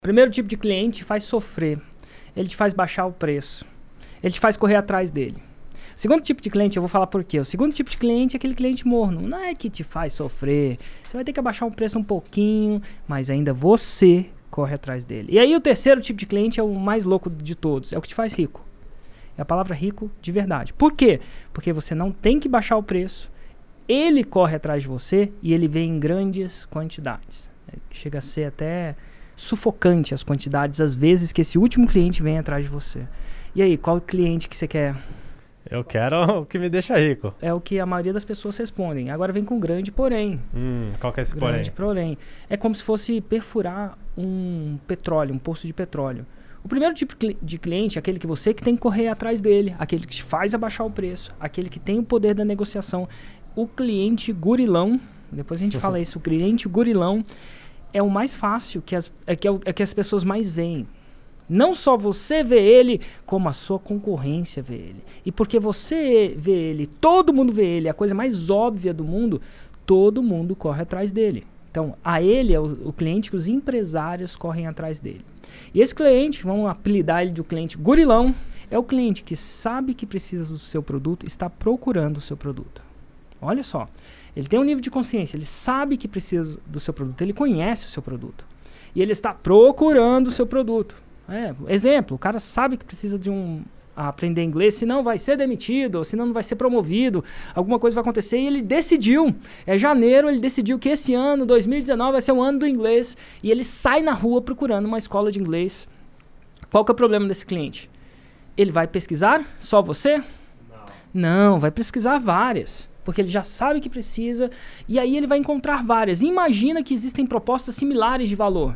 Primeiro tipo de cliente te faz sofrer, ele te faz baixar o preço, ele te faz correr atrás dele. O segundo tipo de cliente, eu vou falar por quê. O segundo tipo de cliente é aquele cliente morno. Não é que te faz sofrer, você vai ter que abaixar o preço um pouquinho, mas ainda você corre atrás dele. E aí o terceiro tipo de cliente é o mais louco de todos, é o que te faz rico. É a palavra rico de verdade. Por quê? Porque você não tem que baixar o preço, ele corre atrás de você e ele vem em grandes quantidades. Chega a ser até sufocante as quantidades, às vezes, que esse último cliente vem atrás de você. E aí, qual cliente que você quer? Eu quero o que me deixa rico. É o que a maioria das pessoas respondem. Agora vem com grande porém. Qual que é esse Grande porém? É como se fosse perfurar um petróleo, um poço de petróleo. O primeiro tipo de cliente é aquele que você que tem que correr atrás dele, aquele que te faz abaixar o preço, aquele que tem o poder da negociação. O cliente gurilão, depois a gente fala isso, o cliente gurilão é o mais fácil, que as pessoas mais veem. Não só você vê ele, como a sua concorrência vê ele. E porque você vê ele, todo mundo vê ele, a coisa mais óbvia do mundo, todo mundo corre atrás dele. Então, a ele é o cliente que os empresários correm atrás dele. E esse cliente, vamos apelidar ele de cliente gurilão, é o cliente que sabe que precisa do seu produto, está procurando o seu produto. Olha só, ele tem um nível de consciência, ele sabe que precisa do seu produto, ele conhece o seu produto. E ele está procurando o seu produto. Exemplo, o cara sabe que precisa de aprender inglês, senão vai ser demitido, ou senão não vai ser promovido, alguma coisa vai acontecer e ele decidiu. Janeiro, ele decidiu que esse ano, 2019, vai ser o ano do inglês e ele sai na rua procurando uma escola de inglês. Qual que é o problema desse cliente? Ele vai pesquisar só você? Não, vai pesquisar várias, porque ele já sabe que precisa e aí ele vai encontrar várias. Imagina que existem propostas similares de valor.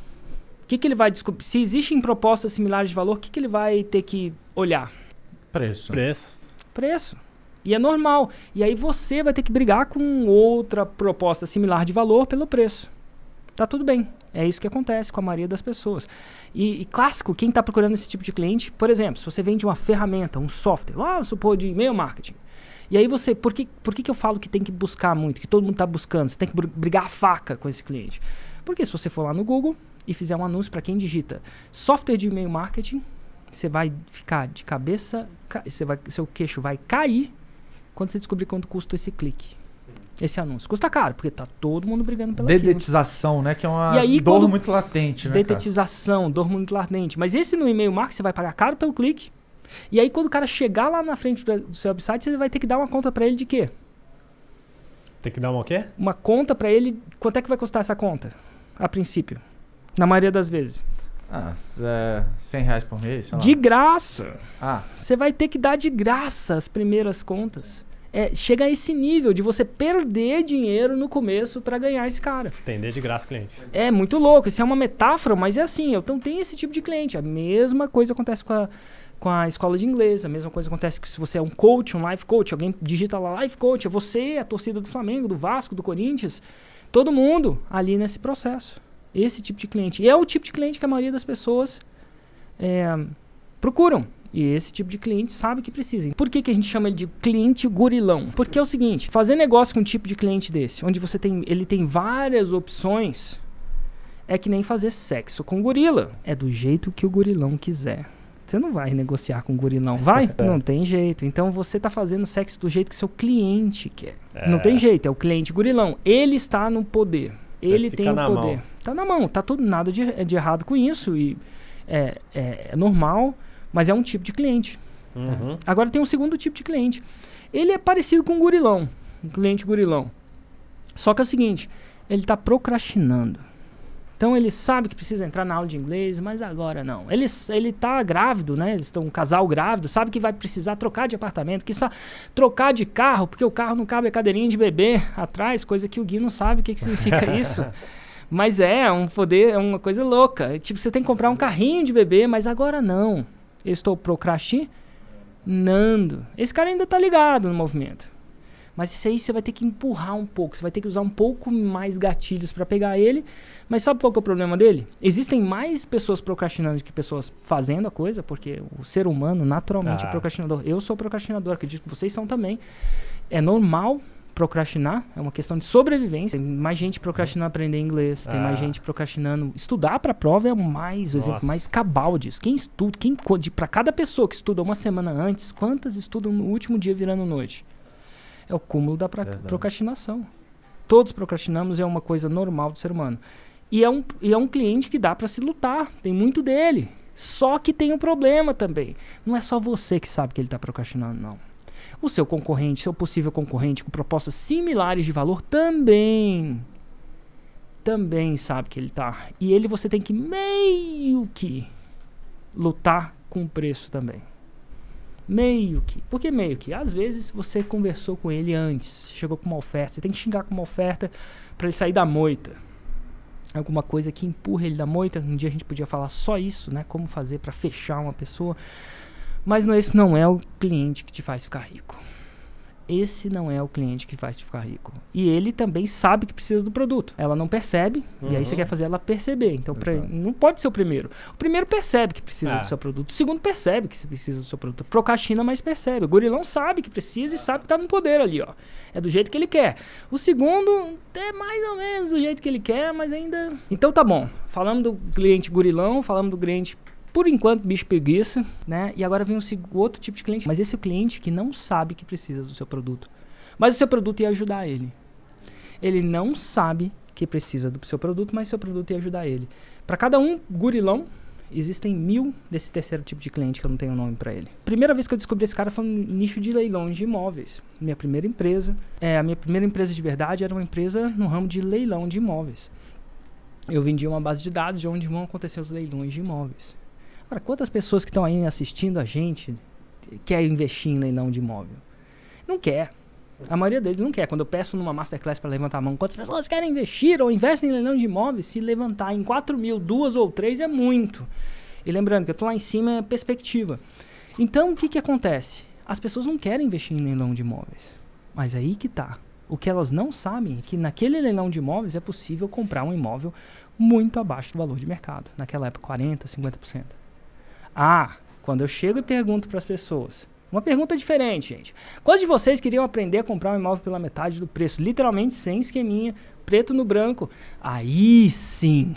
O que ele vai descobrir? Se existem propostas similares de valor, o que ele vai ter que olhar? Preço. E é normal. E aí você vai ter que brigar com outra proposta similar de valor pelo preço. Tá tudo bem. É isso que acontece com a maioria das pessoas. E clássico, quem está procurando esse tipo de cliente, por exemplo, se você vende uma ferramenta, um software, vamos supor de e-mail marketing. E aí você, por que eu falo que tem que buscar muito, que todo mundo está buscando, você tem que brigar a faca com esse cliente? Porque se você for lá no Google e fizer um anúncio para quem digita software de e-mail marketing, você vai ficar de cabeça, seu queixo vai cair quando você descobrir quanto custa esse clique. Esse anúncio. Custa caro, porque tá todo mundo brigando pela Dedetização, né? Que é uma dor muito latente, né? Dedetização, dor muito latente. Mas esse no e-mail marketing você vai pagar caro pelo clique. E aí quando o cara chegar lá na frente do seu website, você vai ter que dar uma conta para ele de quê? Tem que dar uma o quê? Uma conta para ele. Quanto é que vai custar essa conta? A princípio. Na maioria das vezes. R$100 por mês, sei lá. De graça. Ah. Você vai ter que dar de graça as primeiras contas. Chega a esse nível de você perder dinheiro no começo para ganhar esse cara. Atender de graça cliente. É muito louco. Isso é uma metáfora, mas é assim. Então tem esse tipo de cliente. A mesma coisa acontece com a escola de inglês. A mesma coisa acontece que se você é um coach, um life coach, alguém digita lá life coach, é você, a torcida do Flamengo, do Vasco, do Corinthians, todo mundo ali nesse processo. Esse tipo de cliente. E é o tipo de cliente que a maioria das pessoas procuram. E esse tipo de cliente sabe que precisa. Por que a gente chama ele de cliente gurilão? Porque é o seguinte, fazer negócio com um tipo de cliente desse, onde ele tem várias opções, é que nem fazer sexo com gorila. É do jeito que o gurilão quiser. Você não vai negociar com o gurilão, vai? Não tem jeito. Então você está fazendo sexo do jeito que seu cliente quer. Não tem jeito, é o cliente gurilão. Ele está no poder. Ele tem o poder. Tá na mão. Tá tudo nada de errado com isso. E é normal, mas é um tipo de cliente. Tá? Agora tem um segundo tipo de cliente. Ele é parecido com um gurilão. Um cliente gurilão. Só que é o seguinte, ele está procrastinando. Então ele sabe que precisa entrar na aula de inglês, mas agora não. Ele tá grávido, né? Eles estão um casal grávido, sabe que vai precisar trocar de apartamento, trocar de carro, porque o carro não cabe a cadeirinha de bebê atrás, coisa que o Gui não sabe o que significa isso. Mas é uma coisa louca. Tipo, você tem que comprar um carrinho de bebê, mas agora não. Eu estou procrastinando. Esse cara ainda tá ligado no movimento. Mas isso aí você vai ter que empurrar um pouco, você vai ter que usar um pouco mais gatilhos para pegar ele. Mas sabe qual que é o problema dele? Existem mais pessoas procrastinando do que pessoas fazendo a coisa, porque o ser humano naturalmente é procrastinador. Eu sou procrastinador, acredito que vocês são também. É normal procrastinar, é uma questão de sobrevivência. Tem mais gente procrastinando aprender inglês, tem mais gente procrastinando estudar para a prova, é o exemplo mais cabal disso. Quem estuda, para cada pessoa que estuda uma semana antes, quantas estudam no último dia virando noite? É o cúmulo da procrastinação. Todos procrastinamos, é uma coisa normal do ser humano. E é um cliente que dá para se lutar, tem muito dele. Só que tem um problema também. Não é só você que sabe que ele está procrastinando, não. O seu concorrente, seu possível concorrente com propostas similares de valor também sabe que ele está. E você tem que meio que lutar com o preço também. Meio que. Por que meio que? Às vezes você conversou com ele antes, chegou com uma oferta, você tem que xingar com uma oferta para ele sair da moita. Alguma coisa que empurra ele da moita. Um dia a gente podia falar só isso, né? Como fazer para fechar uma pessoa. Mas esse não é o cliente que te faz ficar rico. Esse não é o cliente que faz te ficar rico. E ele também sabe que precisa do produto. Ela não percebe, e aí você quer fazer ela perceber. Então, não pode ser o primeiro. O primeiro percebe que precisa do seu produto. O segundo percebe que você precisa do seu produto. Procrastina, mas percebe. O gurilão sabe que precisa e sabe que tá no poder ali, ó. É do jeito que ele quer. O segundo é mais ou menos do jeito que ele quer, mas ainda... Então tá bom. Falamos do cliente gurilão, falamos do cliente... Por enquanto, bicho preguiça, né? E agora vem outro tipo de cliente. Mas esse é o cliente que não sabe que precisa do seu produto. Mas o seu produto ia ajudar ele. Ele não sabe que precisa do seu produto, mas o seu produto ia ajudar ele. Para cada um gurilão, existem 1000 desse terceiro tipo de cliente que eu não tenho nome para ele. Primeira vez que eu descobri esse cara foi no nicho de leilões de imóveis. Minha primeira empresa. A minha primeira empresa de verdade era uma empresa no ramo de leilão de imóveis. Eu vendia uma base de dados de onde vão acontecer os leilões de imóveis. Agora, quantas pessoas que estão aí assistindo a gente quer investir em leilão de imóvel? Não quer. A maioria deles não quer. Quando eu peço numa masterclass para levantar a mão, quantas pessoas querem investir ou investem em leilão de imóveis? Se levantar em 4.000, 2 ou 3 é muito. E lembrando que eu estou lá em cima é perspectiva. Então, o que acontece? As pessoas não querem investir em leilão de imóveis. Mas aí que tá. O que elas não sabem é que naquele leilão de imóveis é possível comprar um imóvel muito abaixo do valor de mercado. Naquela época, 40%, 50%. Quando eu chego e pergunto para as pessoas, uma pergunta diferente, gente. Quantos de vocês queriam aprender a comprar um imóvel pela metade do preço? Literalmente, sem esqueminha, preto no branco. Aí sim,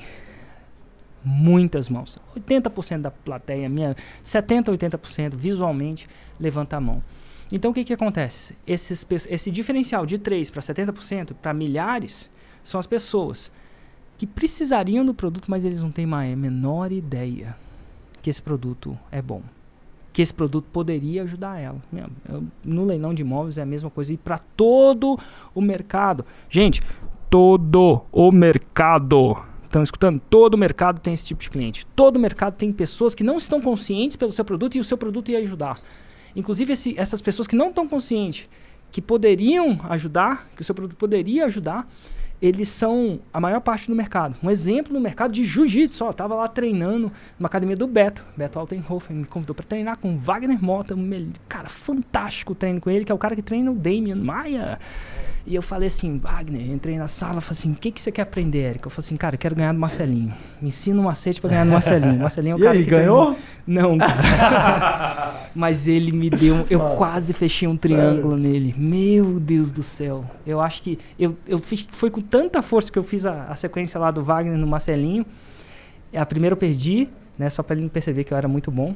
muitas mãos. 80% da plateia, 70%, 80% visualmente levanta a mão. Então, o que acontece? Esse diferencial de 3% para 70%, para milhares, são as pessoas que precisariam do produto, mas eles não têm a menor ideia que esse produto é bom, que esse produto poderia ajudar ela. No leilão de imóveis é a mesma coisa, e para todo o mercado. Gente, todo o mercado, estão escutando? Todo o mercado tem esse tipo de cliente. Todo o mercado tem pessoas que não estão conscientes pelo seu produto e o seu produto ia ajudar. Inclusive essas pessoas que não estão conscientes, que poderiam ajudar, que o seu produto poderia ajudar, eles são a maior parte do mercado. Um exemplo no mercado de jiu-jitsu. Eu estava lá treinando numa academia do Beto Altenhofen, me convidou para treinar com o Wagner Mota, cara, fantástico o treino com ele, que é o cara que treina o Damian Maia. E eu falei assim, Wagner, entrei na sala, falei assim, o que você quer aprender, Érico? Eu falei assim, cara, eu quero ganhar do Marcelinho. Me ensina um macete para ganhar do Marcelinho. Marcelinho é o cara que ganhou? Não, cara. Mas ele me deu... Eu quase fechei um triângulo nele. Meu Deus do céu. Eu acho que... Foi com tanta força que eu fiz a sequência lá do Wagner no Marcelinho. A primeira eu perdi, né? Só para ele não perceber que eu era muito bom.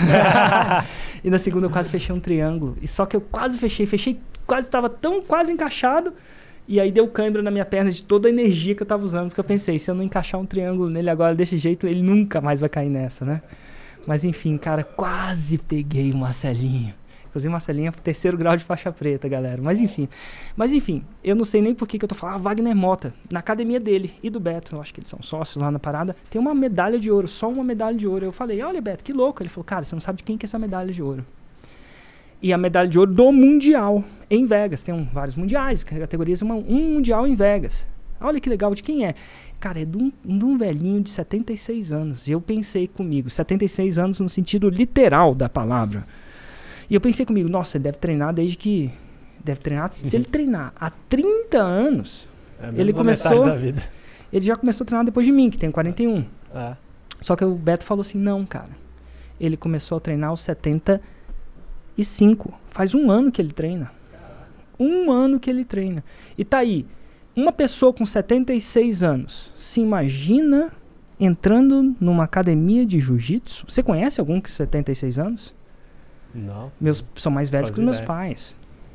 E na segunda eu quase fechei um triângulo. E só que eu quase fechei, estava quase encaixado. E aí deu cãibra na minha perna de toda a energia que eu tava usando. Porque eu pensei, se eu não encaixar um triângulo nele agora desse jeito, ele nunca mais vai cair nessa, né? Mas enfim, cara, quase peguei o Marcelinho. Inclusive o Marcelinho é 3º grau de faixa preta, galera. Mas enfim, eu não sei nem por que eu tô falando. Wagner Mota, na academia dele e do Beto, eu acho que eles são sócios lá na parada, tem uma medalha de ouro, só uma medalha de ouro. Eu falei, olha, Beto, que louco. Ele falou, cara, você não sabe de quem que é essa medalha de ouro. E a medalha de ouro do Mundial em Vegas. Tem vários mundiais, categorias, um Mundial em Vegas. Olha que legal, de quem é? Cara, é de um velhinho de 76 anos. E eu pensei comigo, 76 anos no sentido literal da palavra. E eu pensei comigo, nossa, ele deve treinar desde que... Se ele treinar há 30 anos, ele começou... Da vida. Ele já começou a treinar depois de mim, que tenho 41. É. Só que o Beto falou assim, não, cara. Ele começou a treinar aos 75. Faz um ano que ele treina. 1 ano que ele treina. E tá aí, uma pessoa com 76 anos, se imagina entrando numa academia de jiu-jitsu? Você conhece algum com 76 anos? Não. São mais velhos que os meus pais.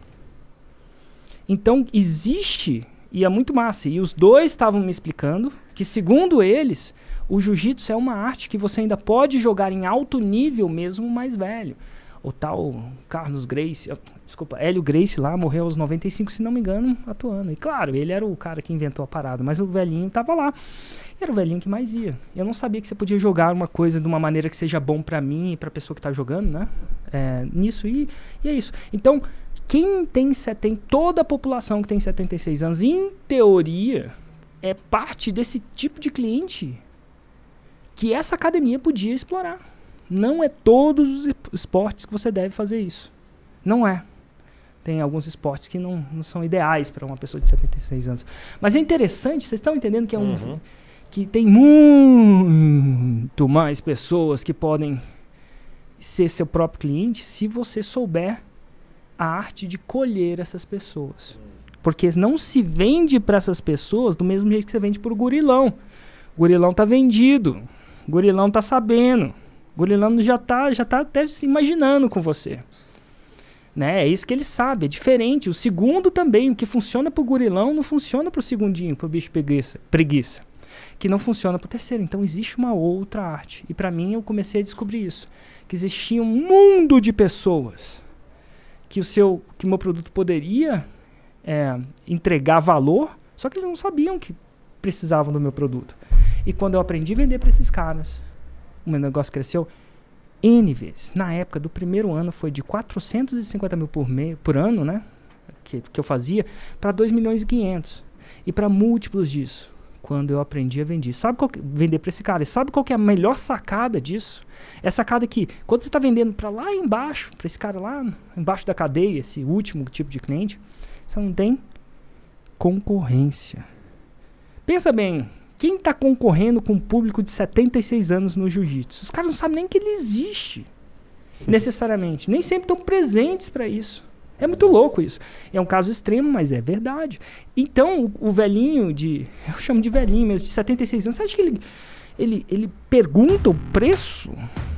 Então, existe, e é muito massa, e os dois estavam me explicando que, segundo eles, o jiu-jitsu é uma arte que você ainda pode jogar em alto nível mesmo mais velho. O tal Carlos Gracie, Hélio Gracie lá, morreu aos 95, se não me engano, atuando. E claro, ele era o cara que inventou a parada, mas o velhinho tava lá. Era o velhinho que mais ia. Eu não sabia que você podia jogar uma coisa de uma maneira que seja bom pra mim e pra pessoa que tá jogando, né? Nisso, e é isso. Então, toda a população que tem 76 anos, em teoria, é parte desse tipo de cliente que essa academia podia explorar. Não é todos os esportes que você deve fazer isso. Não é. Tem alguns esportes que não são ideais para uma pessoa de 76 anos. Mas é interessante, vocês estão entendendo que que tem muito mais pessoas que podem ser seu próprio cliente se você souber a arte de colher essas pessoas. Porque não se vende para essas pessoas do mesmo jeito que você vende para o gurilão. O gurilão tá vendido. O gurilão tá sabendo. O gurilão já tá até se imaginando com você. Né? É isso que ele sabe, é diferente. O segundo também, o que funciona pro gurilão não funciona pro segundinho, pro bicho preguiça. Que não funciona pro terceiro. Então existe uma outra arte. E para mim eu comecei a descobrir isso. Que existia um mundo de pessoas que o meu produto poderia entregar valor, só que eles não sabiam que precisavam do meu produto. E quando eu aprendi a vender para esses caras, o meu negócio cresceu N vezes. Na época do primeiro ano foi de 450 mil por ano, né? Que eu fazia, para 2 milhões e 500. E para múltiplos disso. Quando eu aprendi a vender. Vender para esse cara. E sabe qual que é a melhor sacada disso? É a sacada que, quando você está vendendo para lá embaixo, para esse cara lá embaixo da cadeia, esse último tipo de cliente, você não tem concorrência. Pensa bem, quem está concorrendo com um público de 76 anos no jiu-jitsu? Os caras não sabem nem que ele existe, necessariamente. Nem sempre estão presentes para isso. É muito louco isso. É um caso extremo, mas é verdade. Então, o velhinho eu chamo de velhinho mesmo, de 76 anos, você acha que ele pergunta o preço?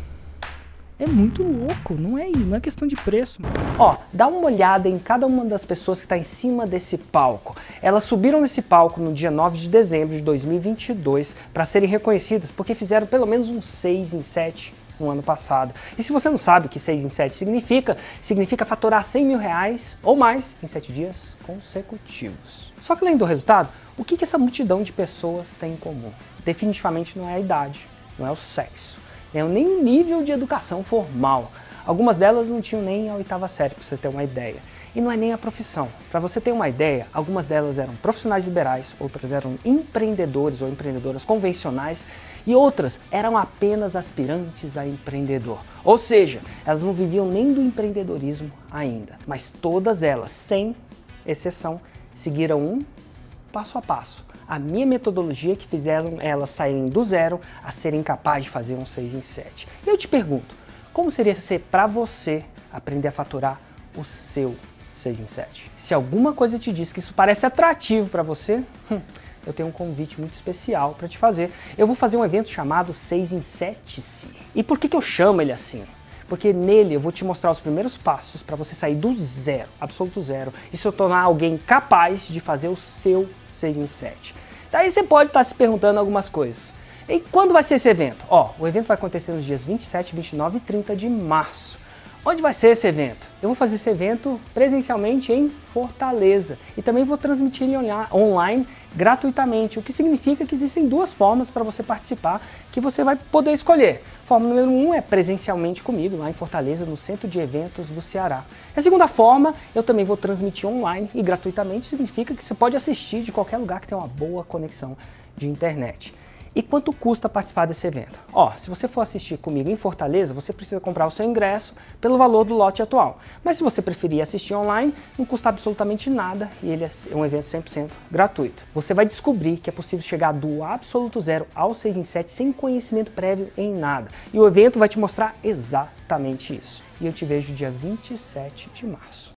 É muito louco, não é isso, não é questão de preço. Ó, dá uma olhada em cada uma das pessoas que está em cima desse palco. Elas subiram nesse palco no dia 9 de dezembro de 2022 para serem reconhecidas porque fizeram pelo menos um 6 em 7 no ano passado. E se você não sabe o que 6 em 7 significa faturar 100 mil reais ou mais em 7 dias consecutivos. Só que além do resultado, o que essa multidão de pessoas tem em comum? Definitivamente não é a idade, não é o sexo, nem o nível de educação formal. Algumas delas não tinham nem a 8ª série, para você ter uma ideia. E não é nem a profissão. Para você ter uma ideia, algumas delas eram profissionais liberais, outras eram empreendedores ou empreendedoras convencionais e outras eram apenas aspirantes a empreendedor. Ou seja, elas não viviam nem do empreendedorismo ainda. Mas todas elas, sem exceção, seguiram um passo a passo. A minha metodologia que fizeram elas saírem do zero a serem capazes de fazer um 6 em 7. E eu te pergunto, como seria ser para você aprender a faturar o seu 6 em 7? Se alguma coisa te diz que isso parece atrativo para você, eu tenho um convite muito especial para te fazer. Eu vou fazer um evento chamado 6 em 7-se. E por que eu chamo ele assim? Porque nele eu vou te mostrar os primeiros passos para você sair do zero, absoluto zero, e se tornar alguém capaz de fazer o seu 6 em 7. Daí você pode estar se perguntando algumas coisas. E quando vai ser esse evento? O evento vai acontecer nos dias 27, 29 e 30 de março. Onde vai ser esse evento? Eu vou fazer esse evento presencialmente em Fortaleza e também vou transmitir ele online gratuitamente, o que significa que existem 2 formas para você participar que você vai poder escolher. Forma número 1 é presencialmente comigo, lá em Fortaleza, no Centro de Eventos do Ceará. A segunda forma, eu também vou transmitir online e gratuitamente, significa que você pode assistir de qualquer lugar que tenha uma boa conexão de internet. E quanto custa participar desse evento? Se você for assistir comigo em Fortaleza, você precisa comprar o seu ingresso pelo valor do lote atual. Mas se você preferir assistir online, não custa absolutamente nada e ele é um evento 100% gratuito. Você vai descobrir que é possível chegar do absoluto zero ao 6 em 7 sem conhecimento prévio em nada. E o evento vai te mostrar exatamente isso. E eu te vejo dia 27 de março.